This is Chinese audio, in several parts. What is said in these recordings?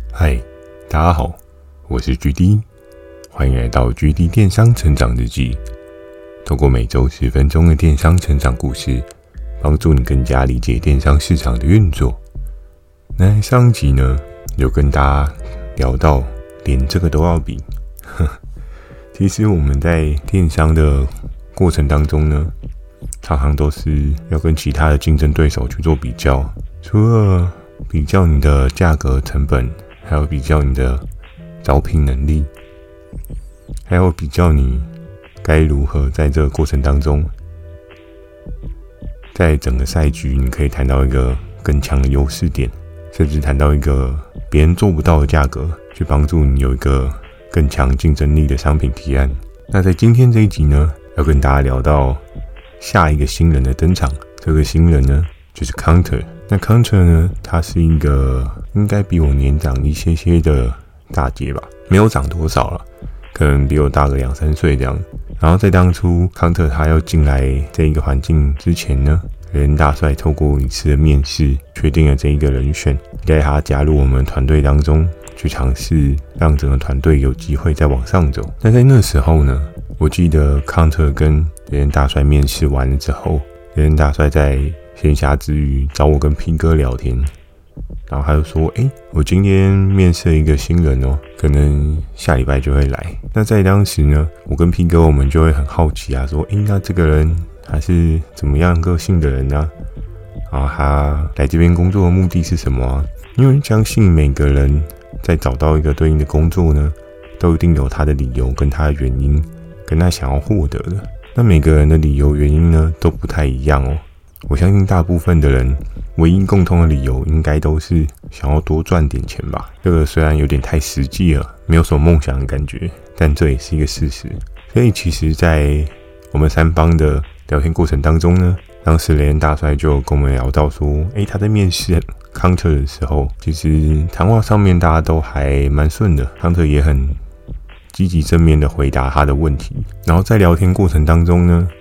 嗨，大家好，我是 GD， 欢迎来到 GD 电商成长日记。透过每周10分钟的电商成长故事，帮助你更加理解电商市场的运作。那上集呢，有跟大家聊到连这个都要比。其实我们在电商的过程当中呢，常常都是要跟其他的竞争对手去做比较，除了比较你的价格成本，还有比较你的招聘能力，还有比较你该如何在这个过程当中，在整个赛局你可以谈到一个更强的优势点，甚至谈到一个别人做不到的价格，去帮助你有一个更强竞争力的商品提案。那在今天这一集呢，要跟大家聊到下一个新人的登场。这个新人呢，就是 Counter。那 Counter 呢，他是一个应该比我年长一些的大姐吧，没有长多少了，可能比我大个2-3岁这样。然后在当初 Counter 他要进来这一个环境之前呢，人大帅透过一次的面试，确定了这一个人选，带他加入我们团队当中，去尝试让整个团队有机会再往上走。那在那时候呢，我记得 Counter 跟人大帅面试完了之后，人大帅在闲暇之余找我跟 P 哥聊天，然后他就说我今天面试了一个新人哦，可能下礼拜就会来。那在当时呢，我跟 P 哥我们就会很好奇啊，说那这个人他是怎么样个性的人呢？然后他来这边工作的目的是什么啊？因为相信每个人在找到一个对应的工作呢，都一定有他的理由跟他的原因，跟他想要获得的。那每个人的理由原因呢，都不太一样哦。我相信大部分的人唯一共同的理由应该都是想要多赚点钱吧。这个虽然有点太实际了，没有什么梦想的感觉，但这也是一个事实。所以其实在我们三方的聊天过程当中呢，当时雷恩大帅就跟我们聊到说他在面试 Counter 的时候，其实谈话上面大家都还蛮顺的， Counter 也很积极正面的回答他的问题。然后在聊天的过程当中呢，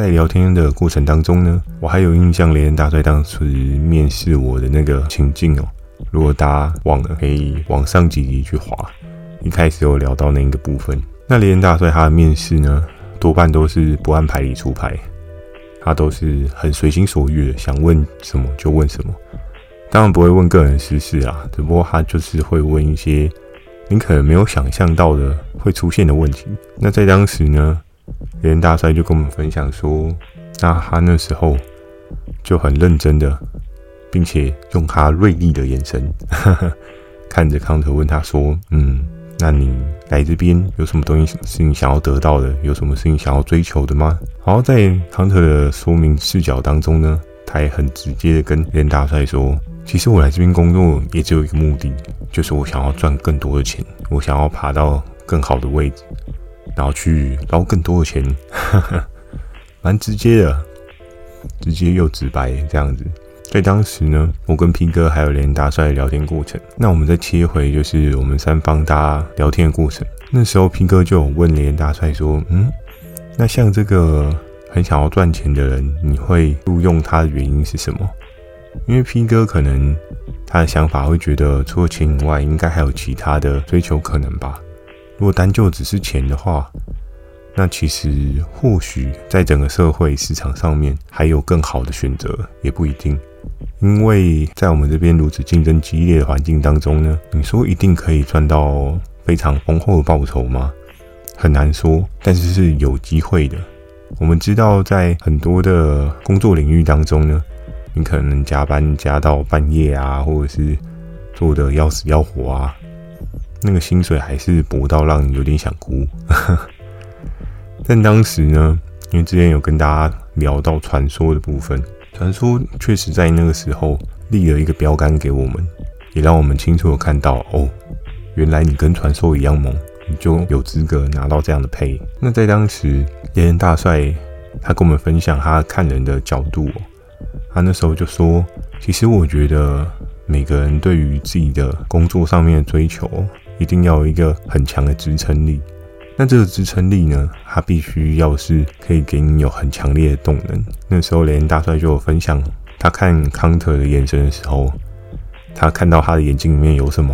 我还有印象雷恩大帅当时面试我的那个情境哦。如果大家忘了，可以往上几集去滑，一开始有聊到那个部分。那雷恩大帅他的面试呢，多半都是不按牌理出牌，他都是很随心所欲的，想问什么就问什么。当然不会问个人私事啊，只不过他就是会问一些你可能没有想象到的会出现的问题。那在当时呢，雷恩大帅就跟我们分享说，那他那时候就很认真的，并且用他锐利的眼神看着 Counter 问他说，那你来这边有什么东西是你想要得到的？有什么是你想要追求的吗？然后在 Counter 的说明视角当中呢，他也很直接的跟雷恩大帅说，其实我来这边工作也只有一个目的，就是我想要赚更多的钱，我想要爬到更好的位置，然后去捞更多的钱。蛮直接的，直接又直白这样子。在当时呢，我跟 P 哥还有雷恩大帅的聊天过程，那我们再切回就是我们三方大家聊天的过程。那时候 P 哥就有问雷恩大帅说，那像这个很想要赚钱的人，你会录用他的原因是什么？因为 P 哥可能他的想法会觉得，除了钱以外，应该还有其他的追求可能吧。如果单就只是钱的话，那其实或许在整个社会市场上面还有更好的选择，也不一定。因为在我们这边如此竞争激烈的环境当中呢，你说一定可以赚到非常丰厚的报酬吗？很难说，但是是有机会的。我们知道在很多的工作领域当中呢，你可能加班加到半夜啊，或者是做得要死要活啊，那个薪水还是薄到让你有点想哭。但当时呢，因为之前有跟大家聊到传说的部分，传说确实在那个时候立了一个标杆给我们，也让我们清楚的看到原来你跟传说一样猛，你就有资格拿到这样的配。那在当时雷恩大帅他跟我们分享他看人的角度他那时候就说，其实我觉得每个人对于自己的工作上面的追求一定要有一个很强的支撑力。那这个支撑力呢，它必须要是可以给你有很强烈的动能。那时候雷恩大帅就有分享，他看 Counter 的眼神的时候，他看到他的眼睛里面有什么？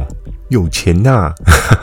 有钱呐、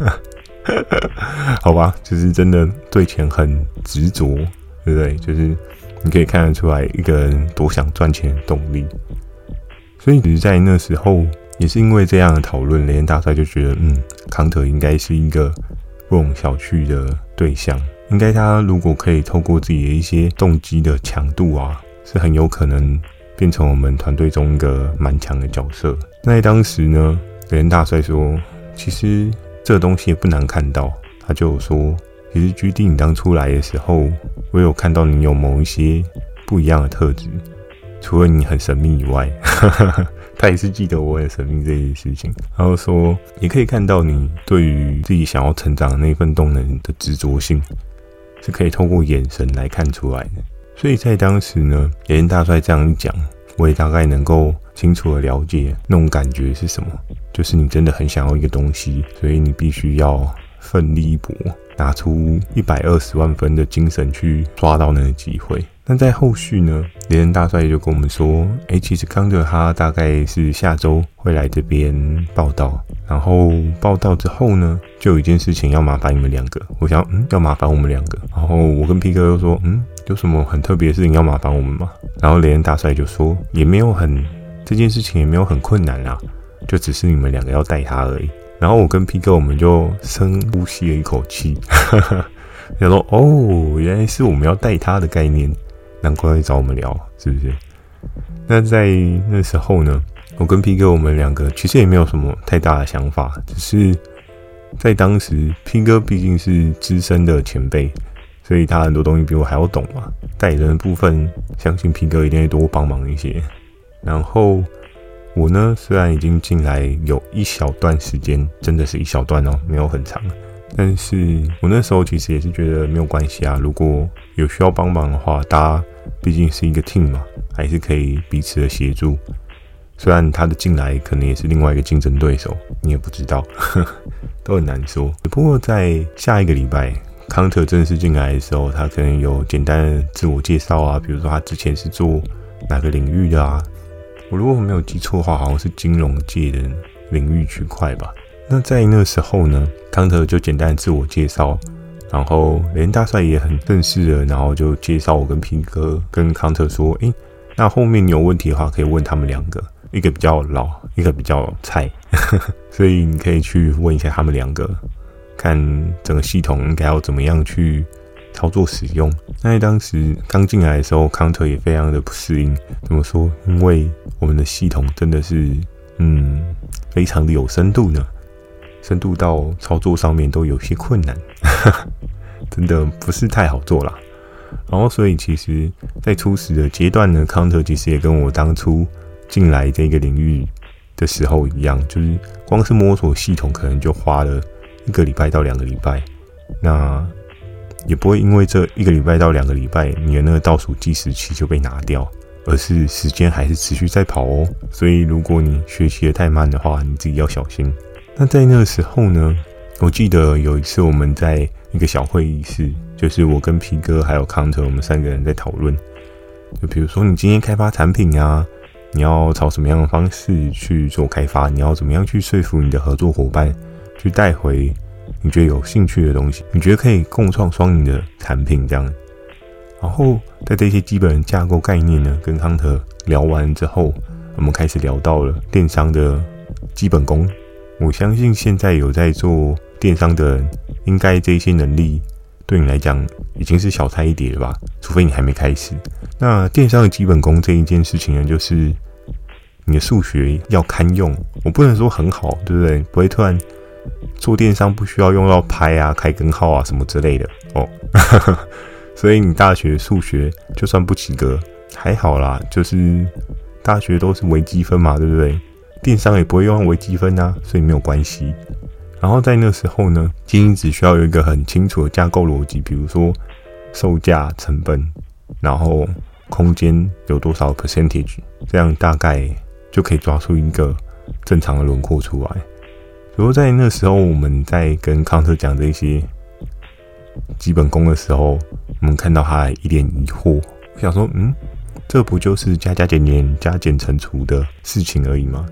好吧，就是真的对钱很执着，对不对？就是你可以看得出来一个人多想赚钱的动力。所以其实在那时候也是因为这样的讨论，雷恩大帅就觉得康特应该是一个不容小觑的对象，应该他如果可以透过自己的一些动机的强度啊，是很有可能变成我们团队中一个蛮强的角色。那在当时呢，雷恩大帅说其实这个东西也不难看到，他就有说其实居弟你刚出来的时候，我有看到你有某一些不一样的特质，除了你很神秘以外他也是记得我很神秘这件事情，然后说也可以看到你对于自己想要成长的那份动能的执着性是可以透过眼神来看出来的。所以在当时呢，雷恩大帅这样一讲，我也大概能够清楚的了解那种感觉是什么，就是你真的很想要一个东西，所以你必须要奋力一搏，拿出120万分的精神去抓到那个机会。那在后续呢，雷恩大帅就跟我们说其实康特他大概是下周会来这边报道，然后报道之后呢，就有一件事情要麻烦你们两个。我想要麻烦我们两个，然后我跟皮哥又说有什么很特别的事情要麻烦我们吗？然后雷恩大帅就说也没有这件事情也没有很困难啦，就只是你们两个要带他而已。然后我跟皮哥我们就深呼吸了一口气想说原来是我们要带他的概念，难怪会找我们聊，是不是？那在那时候呢，我跟皮哥我们两个其实也没有什么太大的想法，只是在当时皮哥毕竟是资深的前辈，所以他很多东西比我还要懂嘛，带人的部分相信皮哥一定会多帮忙一些。然后我呢，虽然已经进来有一小段时间，真的是一小段没有很长，但是我那时候其实也是觉得没有关系啊，如果有需要帮忙的话，大家毕竟是一个 team 嘛，还是可以彼此的协助。虽然他的进来可能也是另外一个竞争对手，你也不知道都很难说。不过在下一个礼拜康特正式进来的时候，他可能有简单的自我介绍啊，比如说他之前是做哪个领域的啊，我如果没有记错的话，好像是金融界的领域区块吧。那在那时候呢，康特就简单的自我介绍，然后雷恩大帅也很正式的，然后就介绍我跟皮哥跟康特说，那后面你有问题的话可以问他们两个，一个比较老，一个比较菜所以你可以去问一下他们两个，看整个系统应该要怎么样去操作使用。那在当时刚进来的时候，康特也非常的不适应。怎么说？因为我们的系统真的是非常的有深度呢，深度到操作上面都有些困难真的不是太好做啦。然后所以其实在初始的阶段呢，康特其实也跟我当初进来这个领域的时候一样，就是光是摸索系统可能就花了1个礼拜到2个礼拜，那也不会因为这1个礼拜到2个礼拜你的那个倒数计时器就被拿掉，而是时间还是持续在跑哦。所以如果你学习的太慢的话，你自己要小心。那在那个时候呢，我记得有一次我们在一个小会议室，就是我跟皮哥还有康特，我们3个人在讨论，就比如说你今天开发产品啊，你要朝什么样的方式去做开发，你要怎么样去说服你的合作伙伴去带回你觉得有兴趣的东西，你觉得可以共创双赢的产品这样。然后在这些基本的架构概念呢，跟康特聊完之后，我们开始聊到了电商的基本功。我相信现在有在做电商的人，应该这些能力对你来讲已经是小菜一碟了吧，除非你还没开始。那电商的基本功这一件事情呢，就是你的数学要堪用，我不能说很好，对不对？不会突然做电商不需要用到拍啊、开根号啊什么之类的哦。所以你大学数学就算不及格还好啦，就是大学都是微积分嘛，对不对？电商也不会用微积分啊，所以没有关系。然后在那时候呢，其实只需要有一个很清楚的架构逻辑，比如说售价、成本，然后空间有多少 percentage， 这样大概就可以抓出一个正常的轮廓出来。不过在那时候我们在跟康特讲这些基本功的时候，我们看到他一脸疑惑，想说这不就是加加减减、加减乘除的事情而已吗？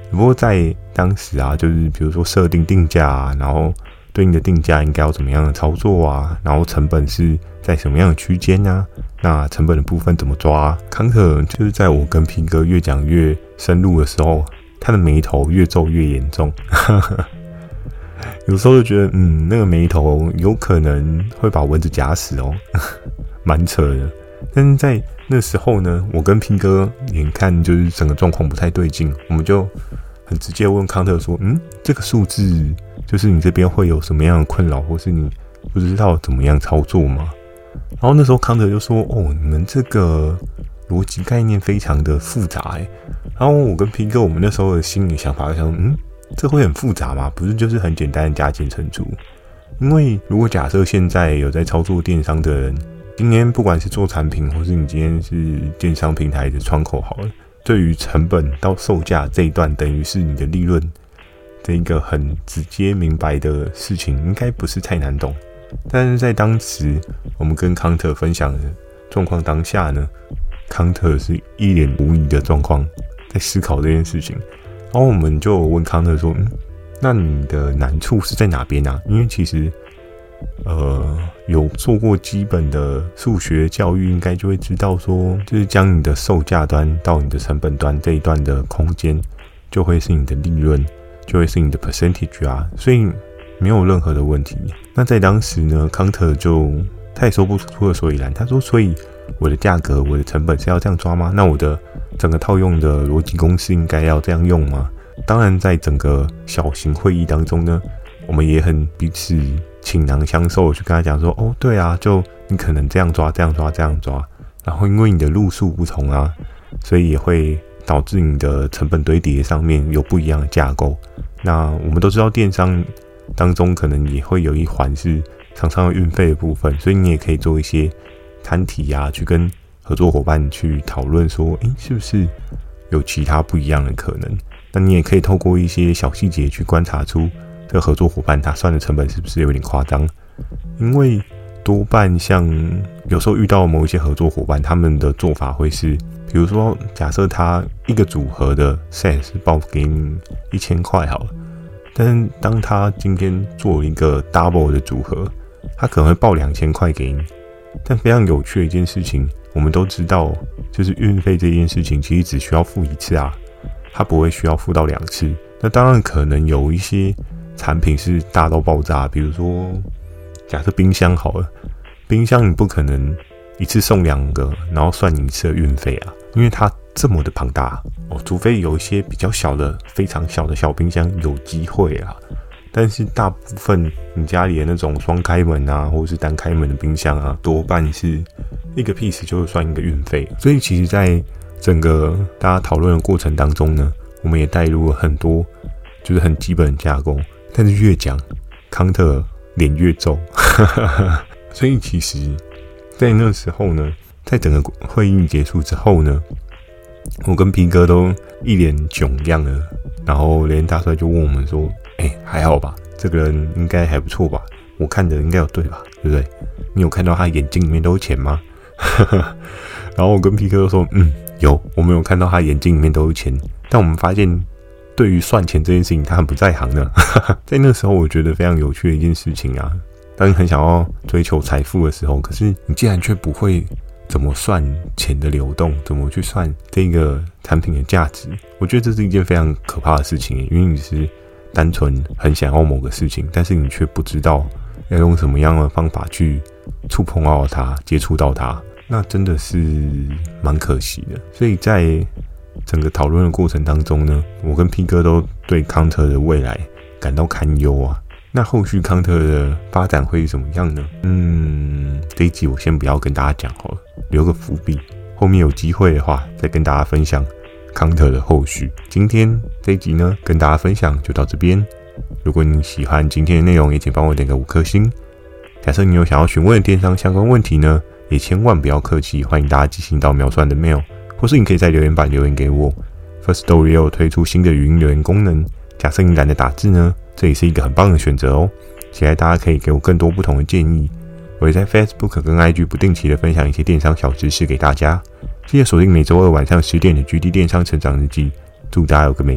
不过在当时啊，就是比如说设定定价啊，然后对应的定价应该要怎么样的操作啊，然后成本是在什么样的区间啊，那成本的部分怎么抓啊？康特就是在我跟皮哥越讲越深入的时候，他的眉头越皱越严重。有时候就觉得那个眉头有可能会把蚊子夹死哦，蛮扯的。但是在那时候呢，我跟皮哥眼看就是整个状况不太对劲，我们就很直接问康特说，这个数字就是你这边会有什么样的困扰，或是你不知道怎么样操作吗？然后那时候康特就说，你们这个逻辑概念非常的复杂然后我跟皮哥我们那时候的心理想法就想，这会很复杂吗？不是就是很简单的加减乘除？因为如果假设现在有在操作电商的人，今天不管是做产品，或是你今天是电商平台的窗口好了，对于成本到售价这一段，等于是你的利润这一个很直接明白的事情，应该不是太难懂。但是在当时我们跟康特分享的状况当下呢，康特是一脸无疑的状况，在思考这件事情。然后我们就问康特说，那你的难处是在哪边啊？因为其实有做过基本的数学教育，应该就会知道说，就是将你的售价端到你的成本端这一段的空间，就会是你的利润，就会是你的 percentage 啊，所以没有任何的问题。那在当时呢，康特他也说不出个所以然，他说，所以我的价格，我的成本是要这样抓吗？那我的整个套用的逻辑公式应该要这样用吗？当然，在整个小型会议当中呢，我们也很彼此倾囊相授，去跟他讲说，对啊，就你可能这样抓，这样抓，这样抓，然后因为你的路数不同啊，所以也会导致你的成本堆叠上面有不一样的架构。那我们都知道电商当中可能也会有一环是厂商的运费的部分，所以你也可以做一些摊提啊，去跟合作伙伴去讨论说，是不是有其他不一样的可能？那你也可以透过一些小细节去观察出这个合作伙伴他算的成本是不是有点夸张？因为多半像有时候遇到某一些合作伙伴，他们的做法会是，比如说假设他一个组合的 set 是报给你1000块好了，但是当他今天做一个 double 的组合，他可能会报2000块给你。但非常有趣的一件事情，我们都知道，就是运费这件事情其实只需要付一次啊，它不会需要付到2次。那当然可能有一些产品是大到爆炸，比如说假设冰箱好了，冰箱你不可能一次送2个，然后算你一次的运费啊，因为它这么的庞大除非有一些比较小的、非常小的小冰箱有机会啊。但是大部分你家里的那种双开门啊，或者是单开门的冰箱啊，多半是一个 piece 就算一个运费。所以其实在整个大家讨论的过程当中呢，我们也带入了很多就是很基本的架构。但是越讲，康特脸越皱。所以其实在那时候呢，在整个会议结束之后呢，我跟皮哥都一脸囧样了。然后连大帅就问我们说，还好吧，这个人应该还不错吧，我看的应该有对吧，对不对？你有看到他眼睛里面都是钱吗？然后我跟皮哥就说，有，我们有看到他眼睛里面都是钱，但我们发现对于算钱这件事情他很不在行呢。在那时候我觉得非常有趣的一件事情啊，当你很想要追求财富的时候，可是你竟然却不会怎么算钱的流动，怎么去算这个产品的价值，我觉得这是一件非常可怕的事情，因为你是单纯很想要某个事情，但是你却不知道要用什么样的方法去触碰到它、接触到它，那真的是蛮可惜的。所以在整个讨论的过程当中呢，我跟 P 哥都对康特的未来感到堪忧啊。那后续康特的发展会是怎么样呢？这一集我先不要跟大家讲好了，留个伏笔，后面有机会的话再跟大家分享康特的后续。今天这一集呢，跟大家分享就到这边。如果你喜欢今天的内容，也请帮我点个5颗星。假设你有想要询问的电商相关问题呢，也千万不要客气，欢迎大家寄信到描述栏的 mail， 或是你可以在留言板留言给我。Firstory 也有推出新的语音留言功能，假设你懒得打字呢，这也是一个很棒的选择哦。期待大家可以给我更多不同的建议。我也在 Facebook 跟 IG 不定期的分享一些电商小知识给大家。记得锁定每周2晚上10点的 GD 电商成长日记。祝大家有个美梦，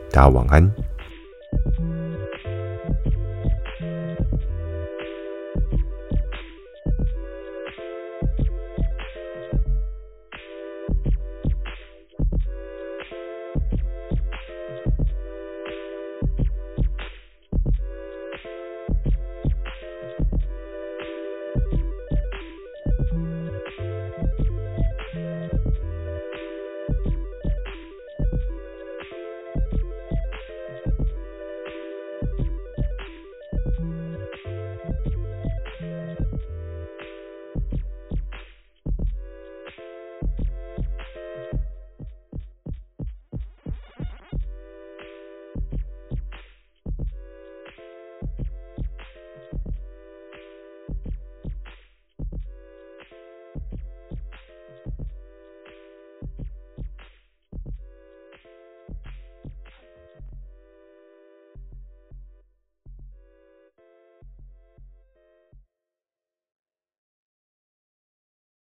大家晚安。